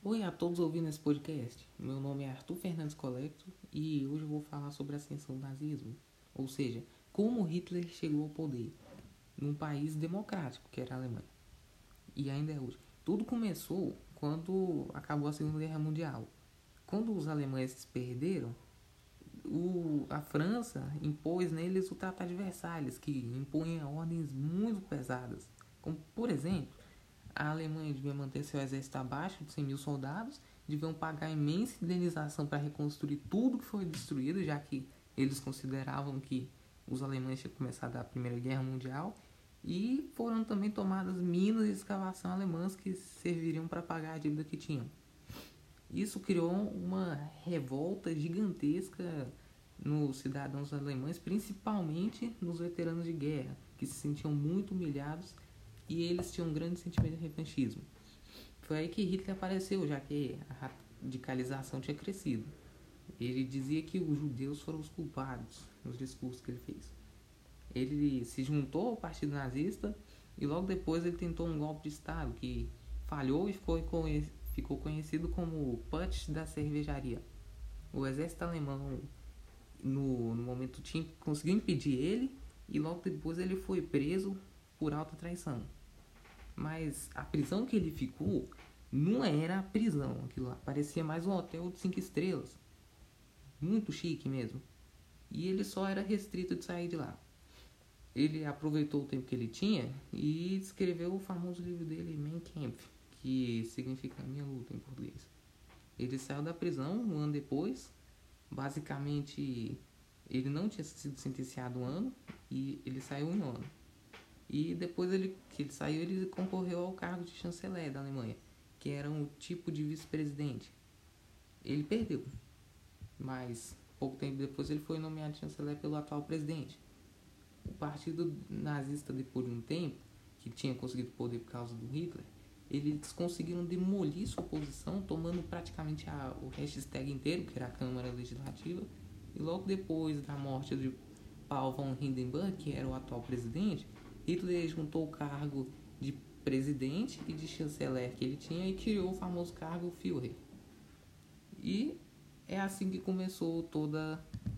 Oi a todos ouvindo esse podcast. Meu nome é Arthur Fernandes Colecto e hoje eu vou falar sobre a ascensão do nazismo, ou seja, como Hitler chegou ao poder num país democrático, que era a Alemanha, e ainda é hoje. Tudo começou quando acabou a Segunda Guerra Mundial. Quando os alemães se perderam, a França impôs neles o Tratado de Versalhes, que impunha ordens muito pesadas, como, por exemplo, a Alemanha devia manter seu exército abaixo de 100 mil soldados, deviam pagar imensa indenização para reconstruir tudo que foi destruído, já que eles consideravam que os alemães tinham começado a Primeira Guerra Mundial, e foram também tomadas minas de escavação alemãs que serviriam para pagar a dívida que tinham. Isso criou uma revolta gigantesca nos cidadãos alemães, principalmente nos veteranos de guerra, que se sentiam muito humilhados e eles tinham um grande sentimento de revanchismo. Foi aí que Hitler apareceu, já que a radicalização tinha crescido. Ele dizia que os judeus foram os culpados nos discursos que ele fez. Ele se juntou ao partido nazista e logo depois ele tentou um golpe de estado que falhou e ficou conhecido como o Putsch da cervejaria. O exército alemão no momento conseguiu impedir ele e logo depois ele foi preso por alta traição. Mas a prisão que ele ficou não era a prisão, aquilo lá parecia mais um hotel de 5 estrelas, muito chique mesmo. E ele só era restrito de sair de lá. Ele aproveitou o tempo que ele tinha e escreveu o famoso livro dele, Mein Kampf, que significa Minha Luta em português. Ele saiu da prisão um ano depois. Basicamente, ele não tinha sido sentenciado um ano e ele saiu em um ano. E depois que ele saiu, ele concorreu ao cargo de chanceler da Alemanha, que era um tipo de vice-presidente. Ele perdeu, mas pouco tempo depois ele foi nomeado chanceler pelo atual presidente. O partido nazista, depois de um tempo, que tinha conseguido poder por causa do Hitler, eles conseguiram demolir sua posição, tomando praticamente o Reichstag inteiro, que era a Câmara Legislativa, e logo depois da morte de Paul von Hindenburg, que era o atual presidente, Hitler juntou o cargo de presidente e de chanceler que ele tinha e criou o famoso cargo Führer. E é assim que começou toda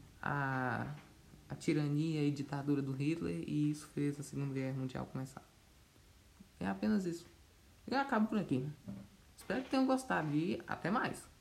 a tirania e ditadura do Hitler, e isso fez a Segunda Guerra Mundial começar. É apenas isso. Eu acabo por aqui. Espero que tenham gostado e até mais.